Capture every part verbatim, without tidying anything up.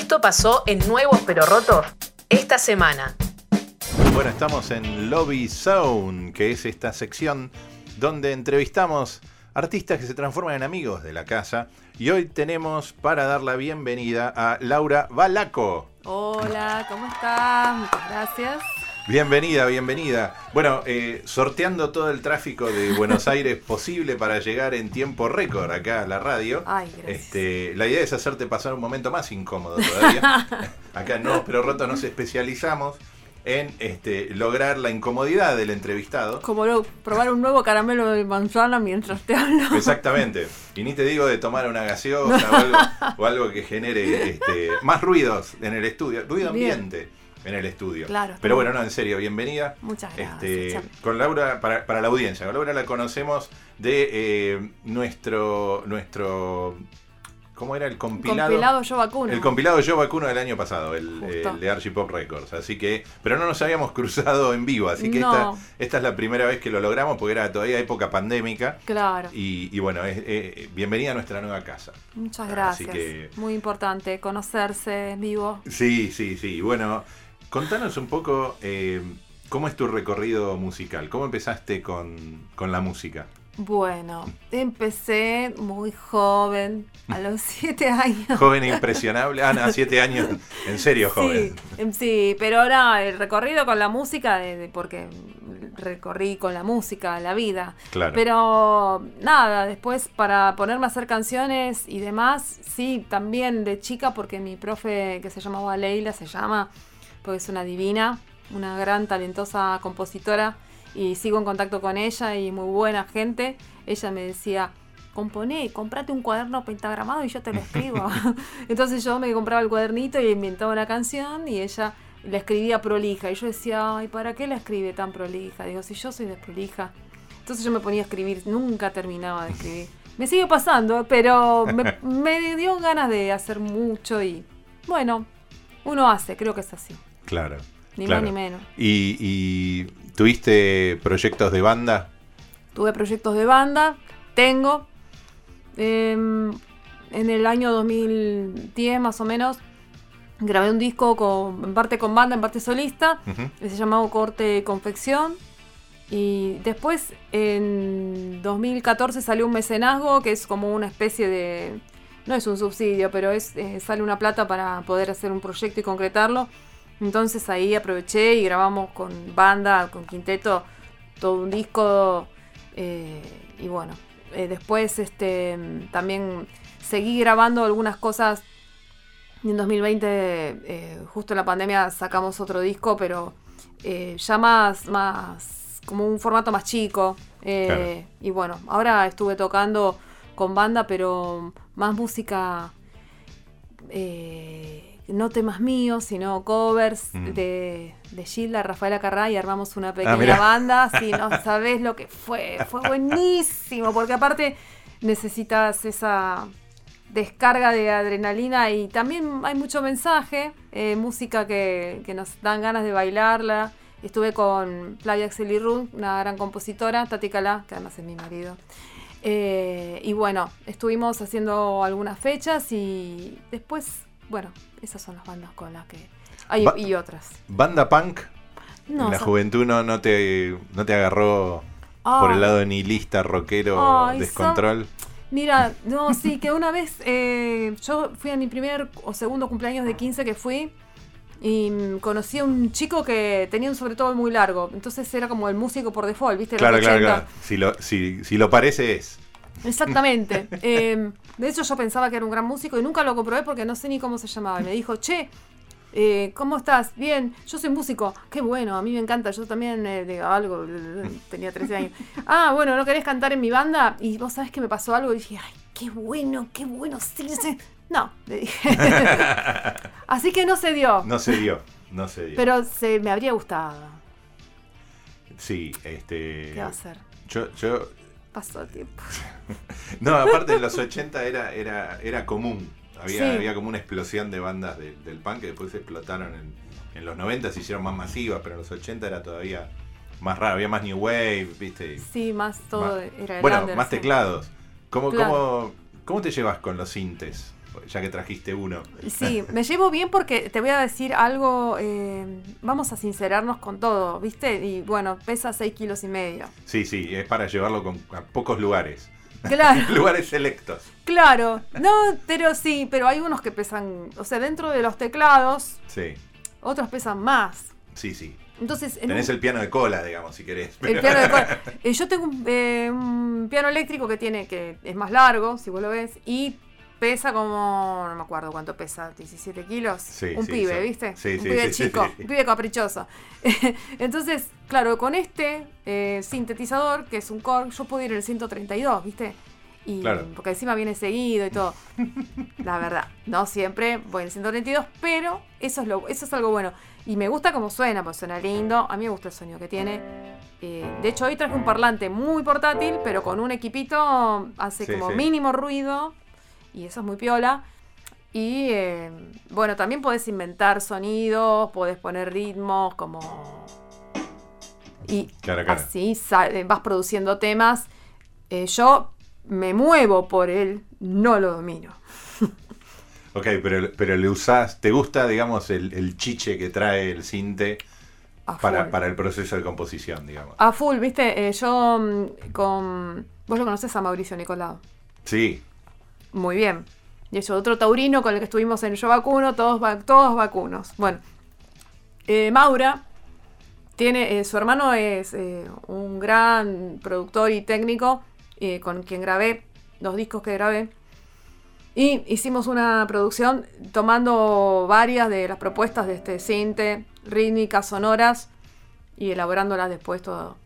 Esto pasó en Nuevos Pero Rotos esta semana. Bueno, estamos en Lobby Zone, que es esta sección donde entrevistamos artistas que se transforman en amigos de la casa. Y hoy tenemos para dar la bienvenida a Laura Balaco. Hola, ¿cómo estás? Muchas gracias. Bienvenida, bienvenida. Bueno, eh, sorteando todo el tráfico de Buenos Aires posible para llegar en tiempo récord acá a la radio. Ay, gracias. Este, la idea es hacerte pasar un momento más incómodo todavía. Acá no, pero Roto nos especializamos en este, lograr la incomodidad del entrevistado. Como lo, probar un nuevo caramelo de manzana mientras te hablo. Exactamente. Y ni te digo de tomar una gaseosa o, algo, o algo que genere este, más ruidos en el estudio, ruido ambiente. Bien. En el estudio. Claro. Pero bueno, no, en serio, bienvenida. Muchas gracias. Este, con Laura, para, para la audiencia, con Laura la conocemos de eh, nuestro, nuestro, ¿cómo era? El compilado. Compilado Yo Vacuno. El compilado Yo Vacuno del año pasado, el, el de Archie Pop Records. Así que, pero no nos habíamos cruzado en vivo, así que no. esta, esta es la primera vez que lo logramos porque era todavía época pandémica. Claro. Y, y bueno, es, eh, bienvenida a nuestra nueva casa. Muchas gracias. Así que, muy importante conocerse en vivo. Sí, sí, sí. Bueno, contanos un poco eh, cómo es tu recorrido musical. ¿Cómo empezaste con, con la música? Bueno, empecé muy joven, a los siete años. Joven e impresionable. Ah, no, siete años. En serio, joven. Sí, sí, pero ahora el recorrido con la música, de, de, porque recorrí con la música la vida. Claro. Pero nada, después para ponerme a hacer canciones y demás, sí, también de chica, porque mi profe que se llamaba Leila, se llama, porque es una divina, una gran talentosa compositora. Y sigo en contacto con ella y muy buena gente. Ella me decía, componé, comprate un cuaderno pentagramado y yo te lo escribo. Entonces yo me compraba el cuadernito y inventaba una canción y ella la escribía prolija. Y yo decía, ay, ¿para qué la escribe tan prolija? Digo, si yo soy desprolija. Entonces yo me ponía a escribir, nunca terminaba de escribir. Me sigue pasando, pero me, me dio ganas de hacer mucho y bueno, uno hace, creo que es así. Claro. Ni claro. más ni menos. ¿Y, y tuviste proyectos de banda? Tuve proyectos de banda, tengo. Eh, en el año dos mil diez más o menos grabé un disco con, en parte con banda, en parte solista, uh-huh. que se llamaba Corte Confección. Y después en dos mil catorce salió un mecenazgo, que es como una especie de... No es un subsidio, pero es eh, sale una plata para poder hacer un proyecto y concretarlo. Entonces ahí aproveché y grabamos con banda, con quinteto, todo un disco. Eh, y bueno, eh, después este, también seguí grabando algunas cosas. En dos mil veinte, eh, justo en la pandemia, sacamos otro disco, pero eh, ya más, más, como un formato más chico. Eh, claro. Y bueno, ahora estuve tocando con banda, pero más música... Eh, no temas míos, sino covers mm. de, de Gilda, Rafaela Carrá, y armamos una pequeña ah, banda. Si no sabés lo que fue, fue buenísimo, porque aparte necesitas esa descarga de adrenalina y también hay mucho mensaje, eh, música que, que nos dan ganas de bailarla. Estuve con Flavia Axelirru, una gran compositora, Tati Calá, que además es mi marido. Eh, y bueno, estuvimos haciendo algunas fechas y después... Bueno, esas son las bandas con las que... Hay ba- y otras. ¿Banda punk? No, ¿En la so- juventud no, no, te, no te agarró ah, por el lado nihilista, rockero, ay, descontrol? So- Mira, no, sí, que una vez eh, yo fui a mi primer o segundo cumpleaños de quince que fui y conocí a un chico que tenía un sobre todo muy largo. Entonces era como el músico por default, ¿viste? Claro, los claro, ochenta. claro. Si lo, si, si lo parece es... Exactamente. Eh, de hecho yo pensaba que era un gran músico y nunca lo comprobé porque no sé ni cómo se llamaba. Y me dijo, che, eh, ¿cómo estás? Bien, yo soy músico. Qué bueno, a mí me encanta. Yo también eh, de algo, tenía trece años. Ah, bueno, ¿no querés cantar en mi banda? Y vos sabés que me pasó algo y dije, ay, qué bueno, qué bueno. Sí, sí. No, le dije. Así que no se dio. No se dio, no se dio. Pero se me habría gustado. Sí, este... ¿Qué va a hacer? Yo... yo... Pasó el tiempo. No, aparte en los ochenta era, era, era común. Había, sí. había como una explosión de bandas de, del punk que después explotaron en, en los noventa, se hicieron más masivas, pero en los ochenta era todavía más raro. Había más New Wave, ¿viste? Sí, más todo más, era el Bueno, under, más sí. teclados. ¿Cómo, claro. cómo, ¿Cómo te llevas con los sintes? ya que trajiste uno. Sí, me llevo bien porque te voy a decir algo, eh, vamos a sincerarnos con todo, ¿viste? Y bueno, pesa seis kilos y medio. Sí, sí, es para llevarlo con, a pocos lugares. Claro. Lugares selectos. Claro, no, pero sí, pero hay unos que pesan, o sea, dentro de los teclados, Sí, otros pesan más. sí, sí. Entonces, en Tenés un- el piano de cola, digamos, si querés. el piano de cola. Eh, yo tengo un, eh, un piano eléctrico que tiene, que es más largo, si vos lo ves, y pesa como, no me acuerdo cuánto pesa, diecisiete kilos. Sí, un sí, pibe, son- ¿viste? sí, un sí, pibe sí, chico, sí, sí. un pibe caprichoso. Entonces, claro, con este eh, sintetizador, que es un Korg, yo puedo ir en el ciento treinta y dos, ¿viste? Y, Claro. porque encima viene seguido y todo. La verdad, no siempre voy en el ciento treinta y dos, pero eso es, lo, eso es algo bueno. Y me gusta cómo suena, pues suena lindo. A mí me gusta el sonido que tiene. Eh, de hecho, hoy traje un parlante muy portátil, pero con un equipito hace Sí, como sí. mínimo ruido. Y eso es muy piola. Y eh, bueno, también podés inventar sonidos, podés poner ritmos, como... Y Claro, claro. así sale- vas produciendo temas. Eh, yo me muevo por él, no lo domino. Ok, pero, pero le usás, ¿te gusta, digamos, el, el chiche que trae el cinte A para, full. para el proceso de composición, digamos? A full, viste, Eh, yo mm, con... Vos lo conocés a Mauricio Nicolau. Sí, Muy bien. Y eso, otro taurino con el que estuvimos en Yo Vacuno, todos, va- todos vacunos. Bueno, eh, Maura tiene, eh, su hermano es eh, un gran productor y técnico eh, con quien grabé los discos que grabé. Y hicimos una producción tomando varias de las propuestas de este cinte, rítmicas, sonoras, y elaborándolas después todo.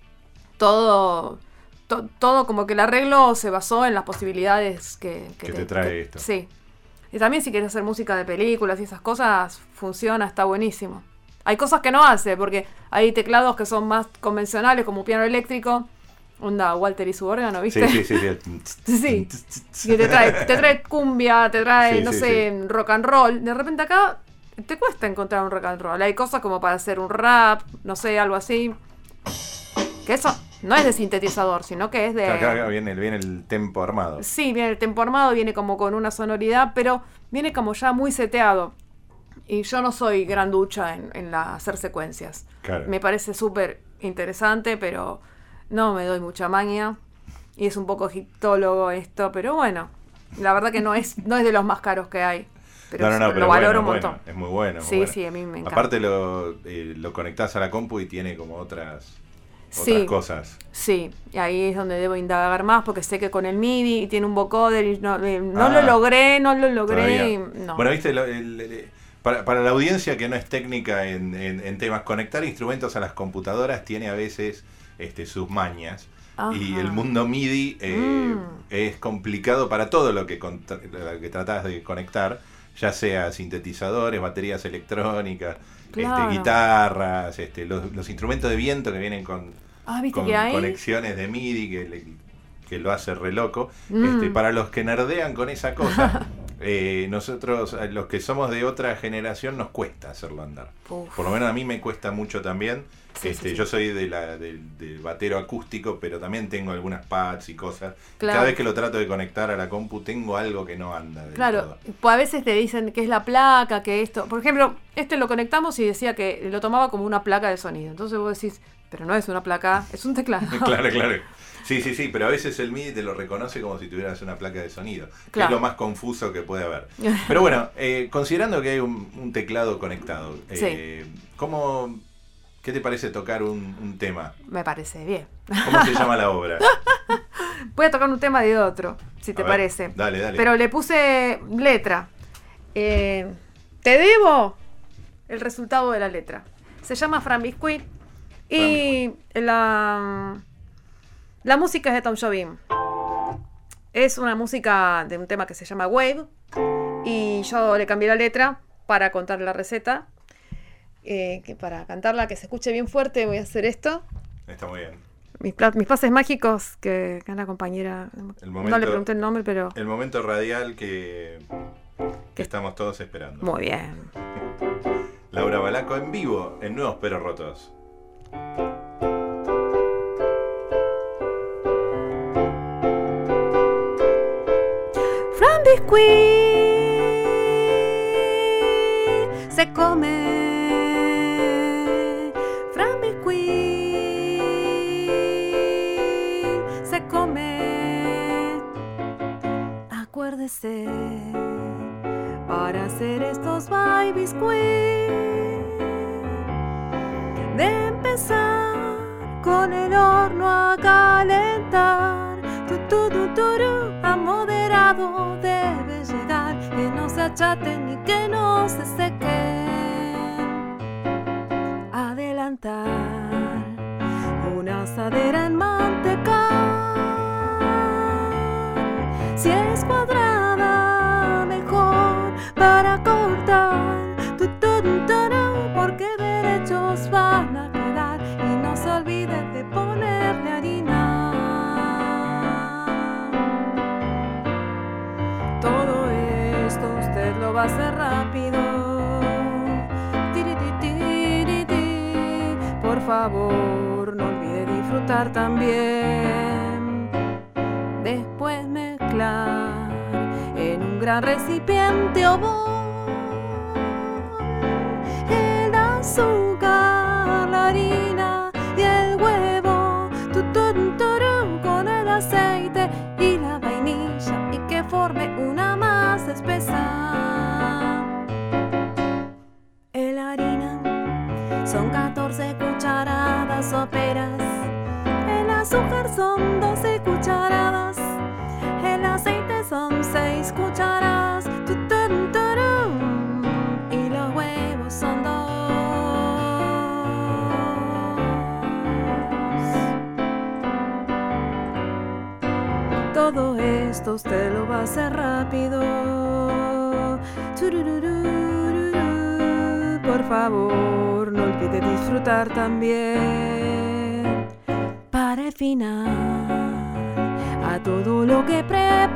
Todo, to- todo como que el arreglo se basó en las posibilidades que, Que te trae esto. Sí. Y también si quieres hacer música de películas y esas cosas, funciona, está buenísimo. Hay cosas que no hace, porque hay teclados que son más convencionales, como piano eléctrico. Onda Walter y su órgano, ¿viste? sí, sí, sí. Sí. Que te trae, te trae cumbia, te trae, Sí, no sí, sé, rock and roll. De repente acá te cuesta encontrar un rock and roll. Hay cosas como para hacer un rap, no sé, algo así. Que eso no es de sintetizador, sino que es de... Acá, acá viene, viene el tempo armado. Sí, viene el tempo armado, viene como con una sonoridad, pero viene como ya muy seteado. Y yo no soy gran ducha en, en la, hacer secuencias. Claro. Me parece súper interesante, pero no me doy mucha maña. Y es un poco egiptólogo esto, pero bueno, la verdad que no es, no es de los más caros que hay. Pero, no, no, no, lo pero valoro bueno, un bueno, montón. es muy bueno. muy Sí, bueno. sí, a mí me encanta. Aparte lo, eh, lo conectás a la compu y tiene como otras, otras Sí. cosas. Sí, y ahí es donde debo indagar más, porque sé que con el MIDI tiene un vocoder y no, eh, no Ah, lo logré, no lo logré. Todavía. y no. Bueno, viste, lo- el- el- para, para la audiencia que no es técnica en, en- en temas, conectar instrumentos a las computadoras tiene a veces este, sus mañas. Y Ajá. el mundo MIDI eh, Mm. es complicado para todo lo que, contra- lo que tratás de conectar, ya sea sintetizadores, baterías electrónicas, Claro. este, guitarras, este, los, los instrumentos de viento que vienen con, Ah, ¿viste con que hay? conexiones de MIDI que, le- que lo hace re loco. Mm. Este, para los que nerdean con esa cosa, eh, nosotros, eh, los que somos de otra generación, nos cuesta hacerlo andar. Uf. Por lo menos a mí me cuesta mucho también. Sí, este, sí, sí. Yo soy de la, del, del batero acústico, pero también tengo algunas pads y cosas. Claro. Cada vez que lo trato de conectar a la compu, tengo algo que no anda del Claro, todo. pues a veces te dicen que es la placa, que esto. Por ejemplo, este lo conectamos y decía que lo tomaba como una placa de sonido. Entonces vos decís, pero no es una placa, es un teclado. Claro, claro. Sí, sí, sí, pero a veces el MIDI te lo reconoce como si tuvieras una placa de sonido, que Claro. es lo más confuso que puede haber. Pero bueno, eh, considerando que hay un, un teclado conectado, eh, ¿cómo, ¿qué te parece tocar un, un tema? Me parece bien. ¿Cómo se llama la obra? Voy a tocar un tema de otro, si A te ver, parece. Dale, dale. Pero le puse letra. Eh, te debo el resultado de la letra. Se llama Fran Biscuit. Y la, la música es de Tom Jobim. Es una música de un tema que se llama Wave. Y yo le cambié la letra para contar la receta. Eh, que para cantarla, que se escuche bien fuerte, voy a hacer esto. Está muy bien. Mis, pla- mis pases mágicos, que, que la compañera... El no momento- le pregunté el nombre, pero... El momento radial que, que estamos todos esperando. Muy bien. Laura Balaco en vivo en Nuevos Pero Rotos. Fran Biscuit. se come. Frambiscuit se come. Acuérdese, para hacer estos baibiscuit, de empezar con el horno a calentar. Tu, tu, tu, turu, a moderado debe llegar, que no se achaten ni que no se sequen. Adelantar una asadera en manteca, si es cuadrada mejor para cortar. Tu, tu, tu, turu, porque derechos van a quedar, y no se olvide de ponerle harina. Todo esto usted lo va a hacer rápido. Tiri, ti, tiri, ti. Por favor, no olvide disfrutar también. Después mezclar en un gran recipiente o bol el azúcar, la harina y el huevo, tu, tu, tu, tu, con el aceite y la vainilla, y que forme una masa espesa. En la harina son catorce cucharadas soperas, el azúcar son doce cucharadas, el aceite son seis cucharadas, tu, tu, tu, tu, y los huevos son dos. Todo esto usted lo va a hacer rápido. Turururururu. Por favor, no olvide disfrutar también. Para el final, a todo lo que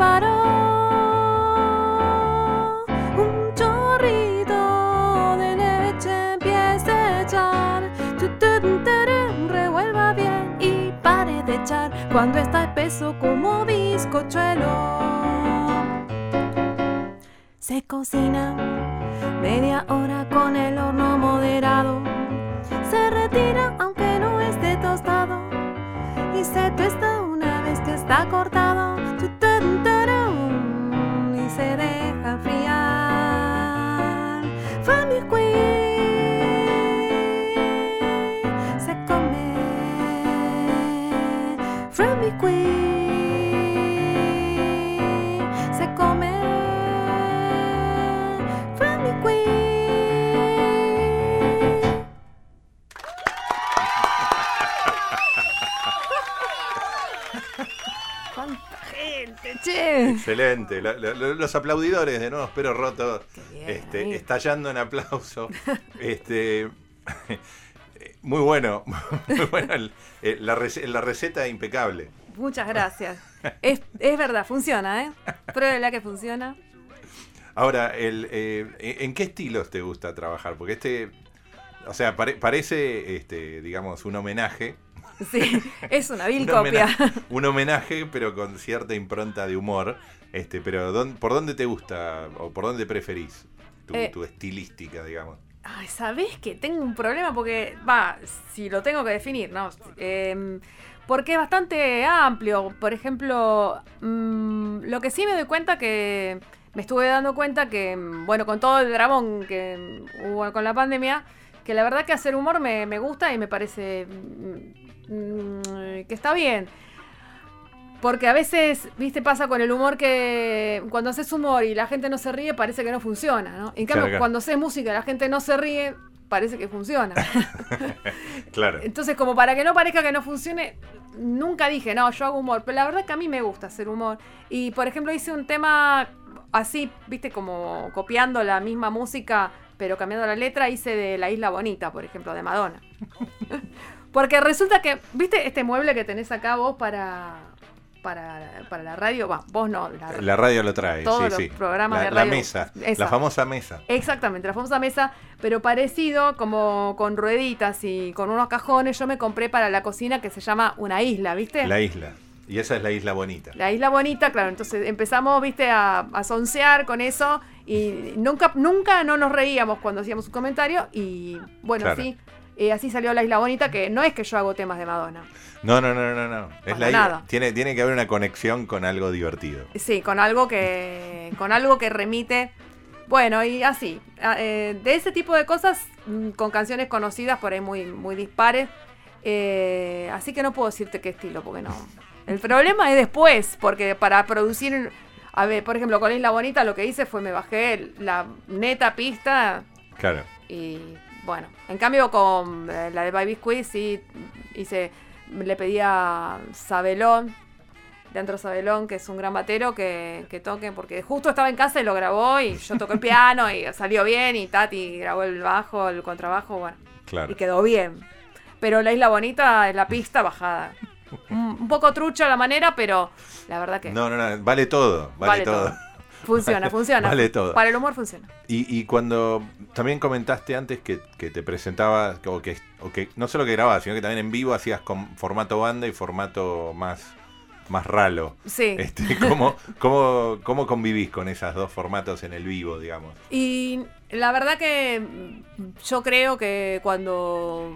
preparó, un chorrito de leche empiece a echar. Tu, tu, tu, tu, revuelva bien y pare de echar cuando está espeso como bizcochuelo. Se cocina media hora con el horno moderado, se retira aunque no esté tostado, y se tuesta una vez que está cortado. Tu, tu, tu, tu, y se deja enfriar. Frambiscuit se come. Frambiscuit se come. Frambiscuit. ¡Cuánta gente, che! Excelente. La- la- los aplaudidores de Nuevos Pero Rotos, bien, este, ahí. estallando en aplauso. este, muy bueno. Muy bueno. El- el- la, rece- la receta impecable. Muchas gracias. Es, es verdad, funciona, ¿eh? Pruébela que funciona. Ahora, el, eh, ¿en qué estilos te gusta trabajar? Porque este, o sea, pare- parece, este, digamos, un homenaje. Sí, es una vil Un copia. homenaje, un homenaje, pero con cierta impronta de humor. Este, pero ¿dónde- ¿por dónde te gusta o por dónde preferís tu, Eh. tu estilística, digamos? Ay, ¿sabés que tengo un problema? Porque, va, si lo tengo que definir, ¿no? Eh, porque es bastante amplio. Por ejemplo, mmm, lo que sí me doy cuenta que... Me estuve dando cuenta que, bueno, con todo el dramón que hubo con la pandemia, que la verdad que hacer humor me, me gusta y me parece mmm, que está bien. Porque a veces, viste, pasa con el humor que cuando haces humor y la gente no se ríe, parece que no funciona, ¿no? En cambio, Claro, claro. cuando haces música y la gente no se ríe, parece que funciona. Claro. Entonces, como para que no parezca que no funcione, nunca dije, no, yo hago humor. Pero la verdad que a mí me gusta hacer humor. Y, por ejemplo, hice un tema así, viste, como copiando la misma música, pero cambiando la letra, hice de La Isla Bonita, por ejemplo, de Madonna. Porque resulta que, viste, este mueble que tenés acá vos para... Para, para la radio, va, vos no. La, La radio lo trae, todos sí, los sí. programas la, de la radio. mesa, Esa. la famosa mesa. Exactamente, la famosa mesa, pero parecido, como con rueditas y con unos cajones, yo me compré para la cocina que se llama Una Isla, ¿viste? La isla. Y esa es la isla bonita. La Isla Bonita, claro, entonces empezamos, viste, a, a soncear con eso Y nunca, nunca no nos reíamos cuando hacíamos un comentario. Y bueno, Claro. sí, eh, así salió La Isla Bonita, que no es que yo hago temas de Madonna. No, no, no, no, no. Es Para la nada. tiene, tiene que haber una conexión con algo divertido. Sí, con algo que, con algo que remite. Bueno, y así. eh, de ese tipo de cosas, mm, con canciones conocidas por ahí muy, muy dispares. Eh, así que no puedo decirte qué estilo, porque no. El problema es después, porque para producir. A ver, por ejemplo, con Isla Bonita lo que hice fue me bajé la neta pista. Claro. Y bueno, en cambio con eh, la de Baby Squeeze sí hice, le pedí a Sabelón, Leandro Sabelón, que es un gran batero, que, que toque, porque justo estaba en casa y lo grabó y yo toqué el piano y salió bien y Tati grabó el bajo, el contrabajo, bueno, Claro. y quedó bien. Pero La Isla Bonita es la pista bajada. Un, un poco trucha la manera, pero la verdad que No, no, no. Vale todo. Vale, vale todo. todo. Funciona, funciona. Vale todo. Para el humor funciona. Y, y cuando también comentaste antes que, que te presentabas, o que, o que no solo que grababas, sino que también en vivo hacías con formato banda y formato más, más ralo. Sí. Este, ¿cómo, cómo, ¿Cómo convivís con esos dos formatos en el vivo, digamos? Y la verdad que yo creo que cuando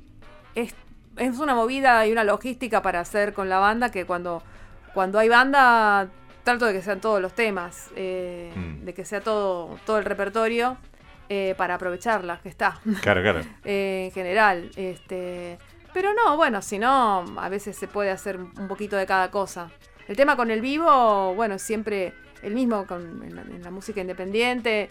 es, es una movida y una logística para hacer con la banda, que cuando, cuando hay banda trato de que sean todos los temas, eh, Mm. de que sea todo, todo el repertorio eh, para aprovecharla, que está Claro, claro. eh, en general. Este, pero no, bueno, si no, a veces se puede hacer un poquito de cada cosa. El tema con el vivo, bueno, siempre el mismo con, en, la, en la música independiente.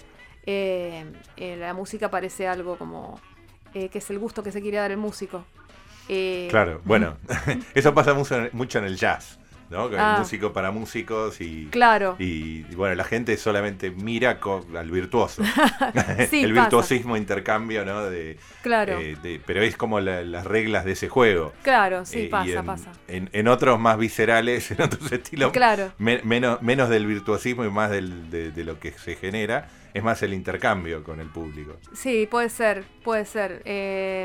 Eh, eh, la música parece algo como eh, que es el gusto que se quiere dar el músico. Eh, Claro, bueno, eso pasa mucho, mucho en el jazz, ¿no? Con Ah. el músico para músicos y, Claro. y bueno, la gente solamente mira con, al virtuoso. Sí, el pasa. virtuosismo, intercambio, ¿no? De, Claro. eh, de- pero es como la- las reglas de ese juego. Claro, sí, Eh, y pasa, en, pasa. En, en otros más viscerales, en otros estilos, Claro. me- menos, menos del virtuosismo y más del, de, de lo que se genera, es más el intercambio con el público. Sí, puede ser, puede ser. Eh,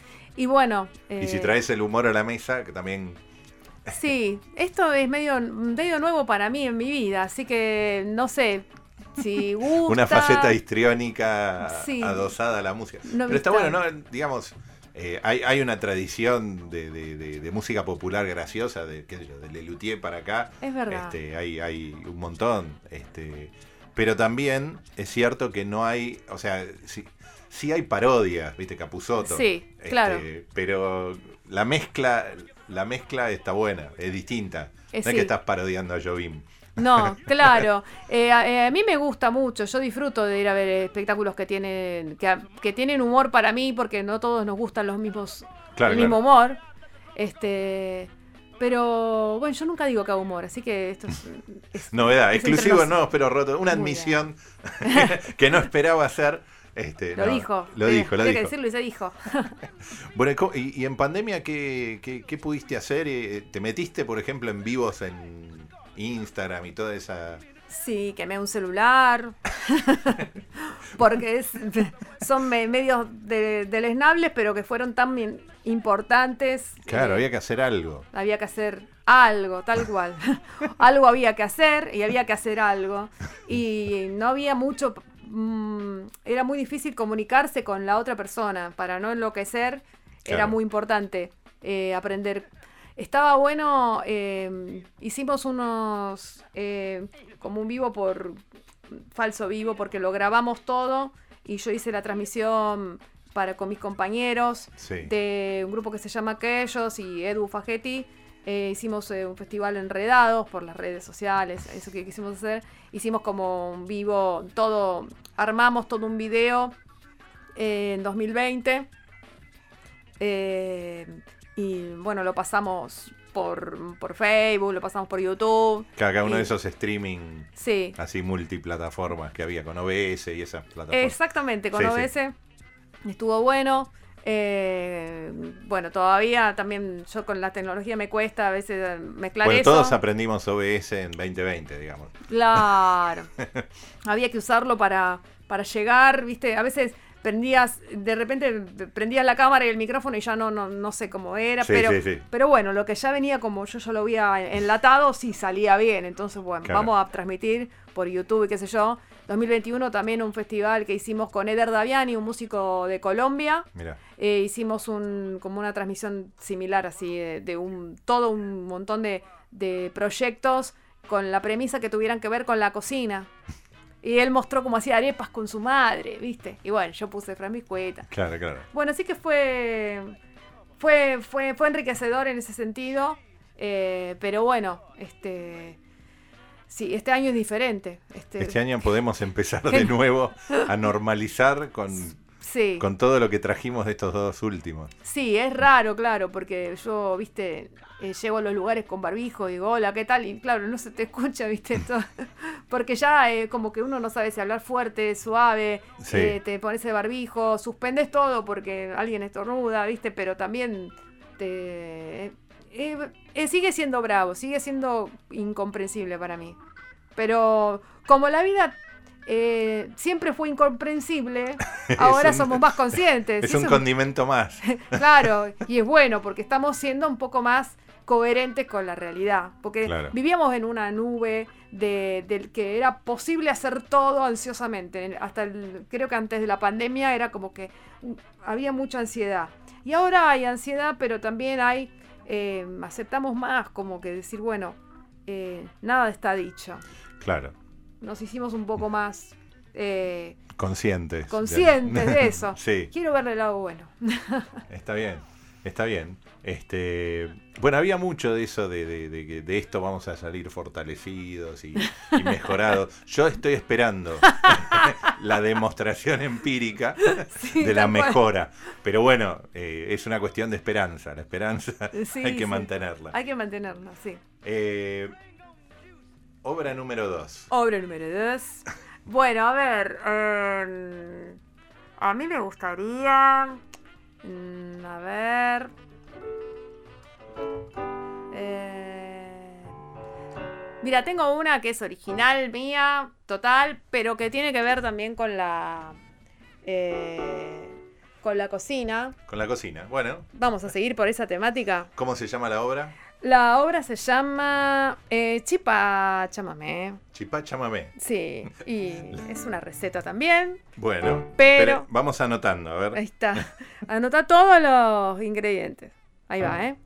y bueno. Y si eh, traes el humor a la mesa, que también... Sí, esto es medio, medio nuevo para mí en mi vida, así que no sé si gusta. Una faceta histriónica Sí. adosada a la música. No Pero está me bueno, gusta. ¿no? Digamos, eh, hay, hay una tradición de, de- de- de música popular graciosa, de, qué sé yo, de Lelutier para acá. Es verdad. Este, hay, hay un montón. Este, pero también es cierto que no hay, o sea, sí, sí hay parodias, ¿viste? Capusotto. Sí, Este, claro. Pero la mezcla, la mezcla está buena, es distinta. Eh, no es sí. que estás parodiando a Jobim. No, claro. Eh, a, eh, a mí me gusta mucho. Yo disfruto de ir a ver espectáculos que tienen que, que tienen humor para mí, porque no todos nos gustan los mismos Claro, el claro. mismo humor. Este, pero bueno, yo nunca digo que hago humor, así que esto es, es- Novedad, es entre exclusivo nos. no, pero roto. Una Muy admisión que no esperaba hacer. Este, Lo no, dijo. Lo Eh, dijo, lo tenía que dijo. decirlo y se dijo. Bueno, ¿y cómo- y, y en pandemia qué, qué, qué pudiste hacer? Eh, ¿Te metiste, por ejemplo, en vivos en Instagram y toda esa...? Sí, quemé un celular. Porque es, son me- medios de, deleznables, pero que fueron tan bien- importantes. Claro, eh, había que hacer algo. había que hacer algo, tal cual. Algo había que hacer y había que hacer algo. Y no había mucho. mm, era muy difícil comunicarse con la otra persona. Para no enloquecer, era Claro. muy importante eh, aprender. Estaba bueno, eh, hicimos unos, eh, como un vivo por, falso vivo, porque lo grabamos todo y yo hice la transmisión para con mis compañeros Sí. de un grupo que se llama Aquellos y Edu Fagetti. Eh, hicimos eh, un festival Enredados por las redes sociales, eso que quisimos hacer. Hicimos como un vivo, todo, armamos todo un video eh, en dos mil veinte. Eh, y bueno, lo pasamos por, por Facebook, lo pasamos por YouTube. Cada uno y- de esos streaming Sí, así multiplataformas que había con O B S y esas plataformas. exactamente, con Sí, O B S. Estuvo bueno. Eh, bueno, todavía también yo con la tecnología me cuesta a veces mezclar Bueno, eso. todos aprendimos O B S en veinte veinte, digamos. Claro. Había que usarlo para, para llegar, ¿viste? A veces prendías, de repente prendías la cámara y el micrófono y ya no, no, no sé cómo era, Sí, pero, sí, sí. pero bueno, lo que ya venía como yo ya lo había enlatado, sí salía bien. Entonces, bueno, Claro. vamos a transmitir por YouTube y qué sé yo. dos mil veintiuno también un festival que hicimos con Eder Daviani, un músico de Colombia. Mirá. Eh, hicimos un como una transmisión similar así de, de un todo un montón de, de proyectos con la premisa que tuvieran que ver con la cocina. Y él mostró cómo hacía arepas con su madre, ¿viste? Y bueno, yo puse frambiscueta. Claro, claro. Bueno, así que fue fue fue fue enriquecedor en ese sentido, eh, pero bueno, este sí, este año es diferente. Este, Este año podemos empezar de nuevo a normalizar con, sí. con todo lo que trajimos de estos dos últimos. Sí, es raro, claro, porque yo, viste, eh, llego a los lugares con barbijo y digo, hola, ¿qué tal? Y claro, no se te escucha, viste, todo. Porque ya eh, como que uno no sabe si hablar fuerte, suave, Sí. eh, te pones el barbijo, suspendes todo porque alguien estornuda, viste, pero también te... Eh, eh, sigue siendo bravo, sigue siendo incomprensible para mí. Pero como la vida eh, siempre fue incomprensible, ahora un, somos más conscientes. Es y un eso, condimento más. claro, y es bueno porque estamos siendo un poco más coherentes con la realidad. Porque Claro. vivíamos en una nube de, del que era posible hacer todo ansiosamente. Hasta el, creo que antes de la pandemia era como que había mucha ansiedad. Y ahora hay ansiedad, pero también hay... Eh, aceptamos más, como que decir, bueno, eh, nada está dicho. Claro. Nos hicimos un poco más eh, Conscientes. conscientes de eso. Sí. Quiero verle el lado bueno. Está bien, está bien. Este, bueno, había mucho de eso, de, de, de, de, de esto vamos a salir fortalecidos y, y mejorados. Yo estoy esperando la demostración empírica Sí, de la tal cual. mejora. Pero bueno, eh, es una cuestión de esperanza. La esperanza Sí, hay que sí. mantenerla. Hay que mantenerla, sí. Eh, obra número dos. Obra número dos. Bueno, a ver. Eh, a mí me gustaría. mm, a ver. Eh, mira, tengo una que es original mía, total, pero que tiene que ver también con la. eh, con la cocina. Con la cocina. Bueno, Vamos a seguir por esa temática. ¿cómo se llama la obra? La obra se llama eh, Chipa Chamamé. Chipá chamamé. Sí, y es una receta también. Bueno, Pero- vamos anotando, a ver. Ahí está. Anota todos los ingredientes. Ahí va, ¿eh?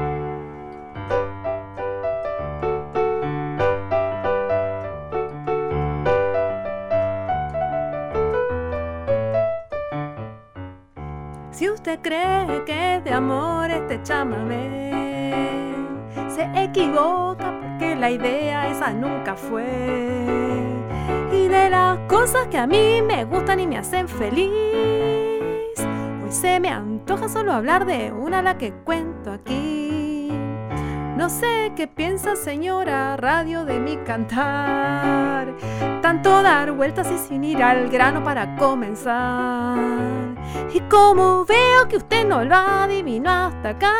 Si usted cree que es de amor este chamamé, se equivoca porque la idea esa nunca fue. Y de las cosas que a mí me gustan y me hacen feliz, hoy se me antoja solo hablar de una la que cuento aquí. No sé qué piensa señora radio de mi cantar, tanto dar vueltas y sin ir al grano para comenzar. Y como veo que usted no lo adivinó hasta acá,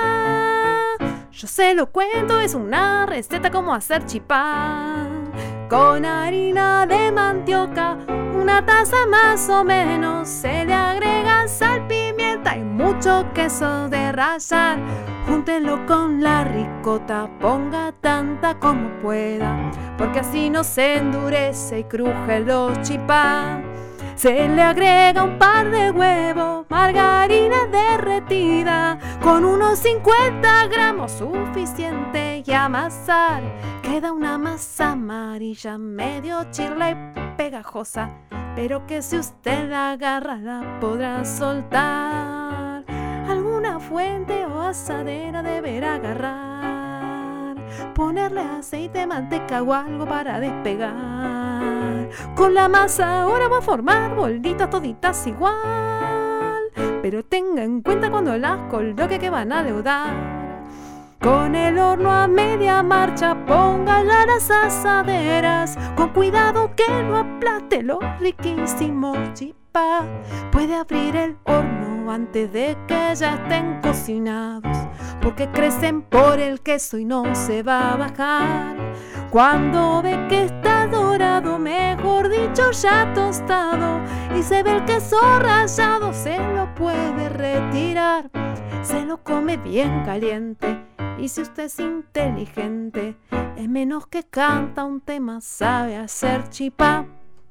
yo se lo cuento, es una receta como hacer chipá. Con harina de mandioca, una taza más o menos, se le agrega sal, pimienta y mucho queso de rallar. Júntenlo con la ricota, ponga tanta como pueda, porque así no se endurece y cruje los chipá. Se le agrega un par de huevos, margarina derretida, con unos cincuenta gramos suficiente, y amasar. Queda una masa amarilla, medio chirla y pegajosa, pero que si usted la agarra la podrá soltar. Alguna fuente o asadera deberá agarrar, ponerle aceite, manteca o algo para despegar. Con la masa ahora va a formar bolitas toditas igual, pero tenga en cuenta cuando las coloque que van a leudar. Con el horno a media marcha, póngala a las asaderas, con cuidado que no aplaste los riquísimos chipá. Puede abrir el horno antes de que ya estén cocinados, porque crecen por el queso y no se va a bajar. Cuando ve que está dorado, mejor dicho ya tostado, y se ve el queso rallado, se lo puede retirar. Se lo come bien caliente, y si usted es inteligente, es menos que canta un tema, sabe hacer chipá.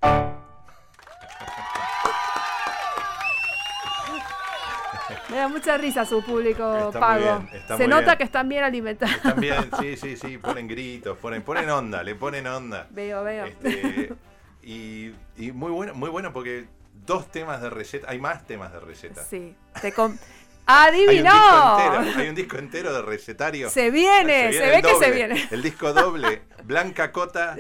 Me da mucha risa su público Está pago. muy bien, está Se muy nota bien. que están bien alimentados. Están bien, sí, sí, sí, ponen gritos, ponen, ponen onda, le ponen onda. Veo, veo. Este, y, y muy bueno, muy bueno porque dos temas de receta, hay más temas de receta. Sí. Te com- Hay un, disco ¡Adivinó! entero, hay un disco entero de recetario. Se viene, se, ve el que doble, se viene. El disco doble, Blanca Cota.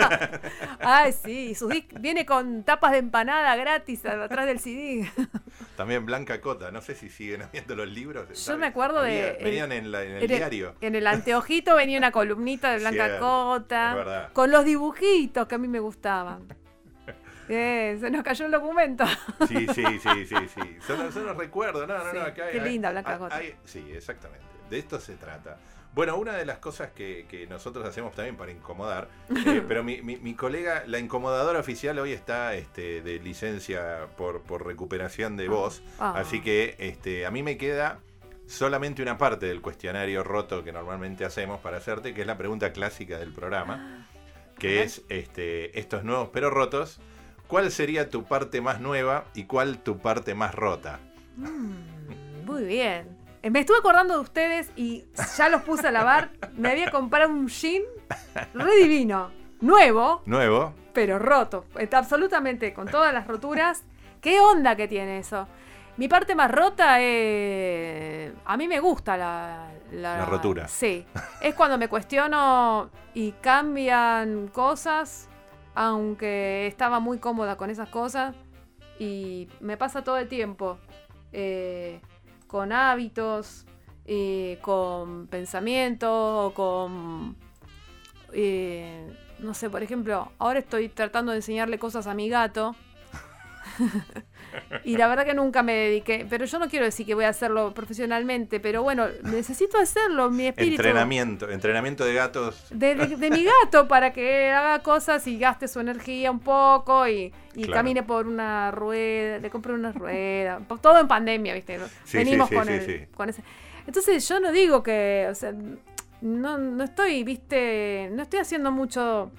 Ay, sí, sus dis- viene con tapas de empanada gratis atrás del C D. También Blanca Cota, no sé si siguen habiendo los libros. Yo ¿sabes? me acuerdo Había- de- Venían en, la- en el En el, diario. en el anteojito venía una columnita de Blanca Cierto, Cota. es verdad. Con los dibujitos que a mí me gustaban. Eh, se nos cayó el documento. Sí, sí, sí, sí, sí. Son, son los recuerdos. No, no, Sí, no. Acá hay- qué linda hay- Blanca hay- Cota. hay- sí, exactamente. De esto se trata. Bueno, una de las cosas que, que nosotros hacemos también para incomodar, eh, pero mi, mi, mi colega, la incomodadora oficial, hoy está este, de licencia por, por recuperación de voz. Ah. Así que este, a mí me queda solamente una parte del cuestionario roto que normalmente hacemos para hacerte, que es la pregunta clásica del programa, que es este, estos nuevos pero rotos. ¿Cuál sería tu parte más nueva y cuál tu parte más rota? Mm, muy bien. Eh, Me estuve acordando de ustedes y ya los puse a lavar. Me había comprado un jean re divino, nuevo, Nuevo. pero roto. Está absolutamente con todas las roturas. ¿Qué onda que tiene eso? Mi parte más rota es... A mí me gusta la... La rotura. Sí. Es cuando me cuestiono y cambian cosas, aunque estaba muy cómoda con esas cosas. Y me pasa todo el tiempo. Eh, con hábitos, eh, con pensamientos, o con... eh, no sé, por ejemplo, ahora estoy tratando de enseñarle cosas a mi gato. Y la verdad que nunca me dediqué, pero yo no quiero decir que voy a hacerlo profesionalmente, pero bueno, necesito hacerlo, mi espíritu. Entrenamiento. Entrenamiento de gatos. De, de- de mi gato para que haga cosas y gaste su energía un poco y, y Claro. camine por una rueda, le compré una rueda, po- todo en pandemia, ¿viste? Sí, Venimos sí, con, sí, el, sí, sí. con ese. Entonces yo no digo que, o sea, no, no estoy, ¿viste? No estoy haciendo mucho...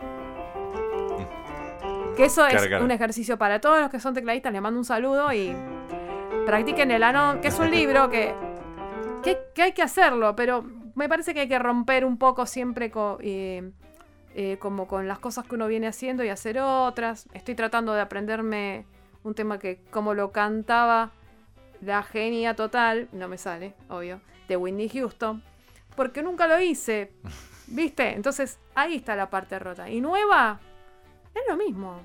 Que eso es Claro, claro. un ejercicio para todos los que son tecladistas. Les mando un saludo y practiquen el ano, que es un libro que, que, que hay que hacerlo, pero me parece que hay que romper un poco siempre co- eh, eh, como con las cosas que uno viene haciendo y hacer otras. Estoy tratando de aprenderme un tema que como lo cantaba la genia total, no me sale, obvio, de Whitney Houston, porque nunca lo hice, ¿viste? Entonces ahí está la parte rota. Y nueva... Es lo mismo.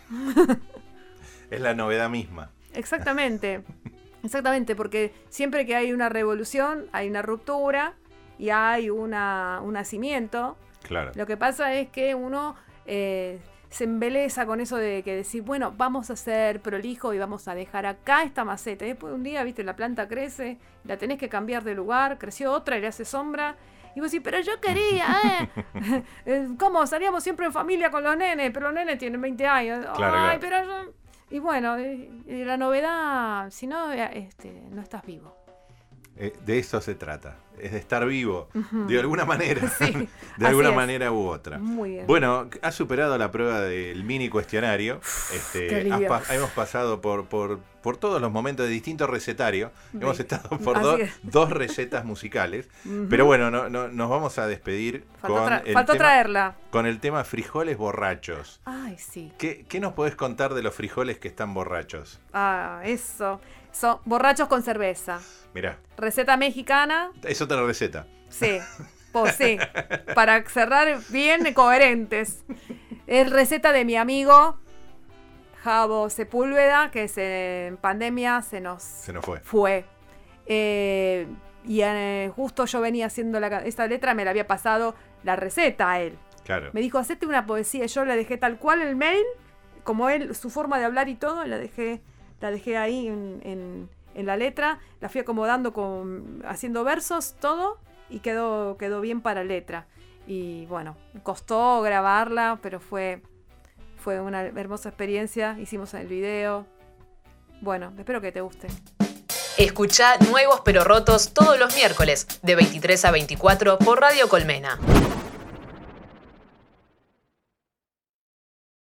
Es la novedad misma. Exactamente. Exactamente, porque siempre que hay una revolución, hay una ruptura y hay una, un nacimiento. Claro. Lo que pasa es que uno eh, se embeleza con eso de que decir, bueno, vamos a ser prolijo y vamos a dejar acá esta maceta. Y después un día, viste, la planta crece, la tenés que cambiar de lugar, creció otra y le hace sombra. Y vos decís, pero yo quería, ¿eh? Eh, ¿Cómo? Salíamos siempre en familia con los nenes, pero los nenes tienen veinte años. Claro, Ay, claro. pero yo... Y bueno, eh, eh, la novedad, si no, eh, este, no estás vivo. Eh, de eso se trata. Es de estar vivo. De alguna manera. Sí, de así alguna es. manera u otra. Muy bien. Bueno, has superado la prueba del mini cuestionario. Este, qué has alivio. pa- hemos pasado por, por, por todos los momentos de distintos recetarios. Bien. Hemos estado por Así do- es. dos recetas musicales. Ujú. Pero bueno, no, no- nos vamos a despedir Faltó, con, tra- el faltó tema, traerla. con el tema frijoles borrachos. Ay, sí. ¿Qué, ¿Qué nos podés contar de los frijoles que están borrachos? Ah, eso. Son borrachos con cerveza. Mirá, Receta mexicana. es otra receta. Sí. Pues sí. Para cerrar bien coherentes. Es receta de mi amigo Javo Sepúlveda, que se- en pandemia se nos Se nos fue. fue. Eh, y eh, justo yo venía haciendo la, ca- esta letra, me la había pasado la receta a él. Claro. Me dijo, hacete una poesía. Yo la dejé tal cual el mail, como él, su forma de hablar y todo, la dejé, la dejé ahí en, en, en la letra. La fui acomodando con, haciendo versos, todo, y quedó, quedó bien para letra. Y bueno, costó grabarla, pero fue, fue una hermosa experiencia. Hicimos el video. Bueno, espero que te guste. Escuchá Nuevos pero Rotos todos los miércoles de veintitrés a veinticuatro por Radio Colmena.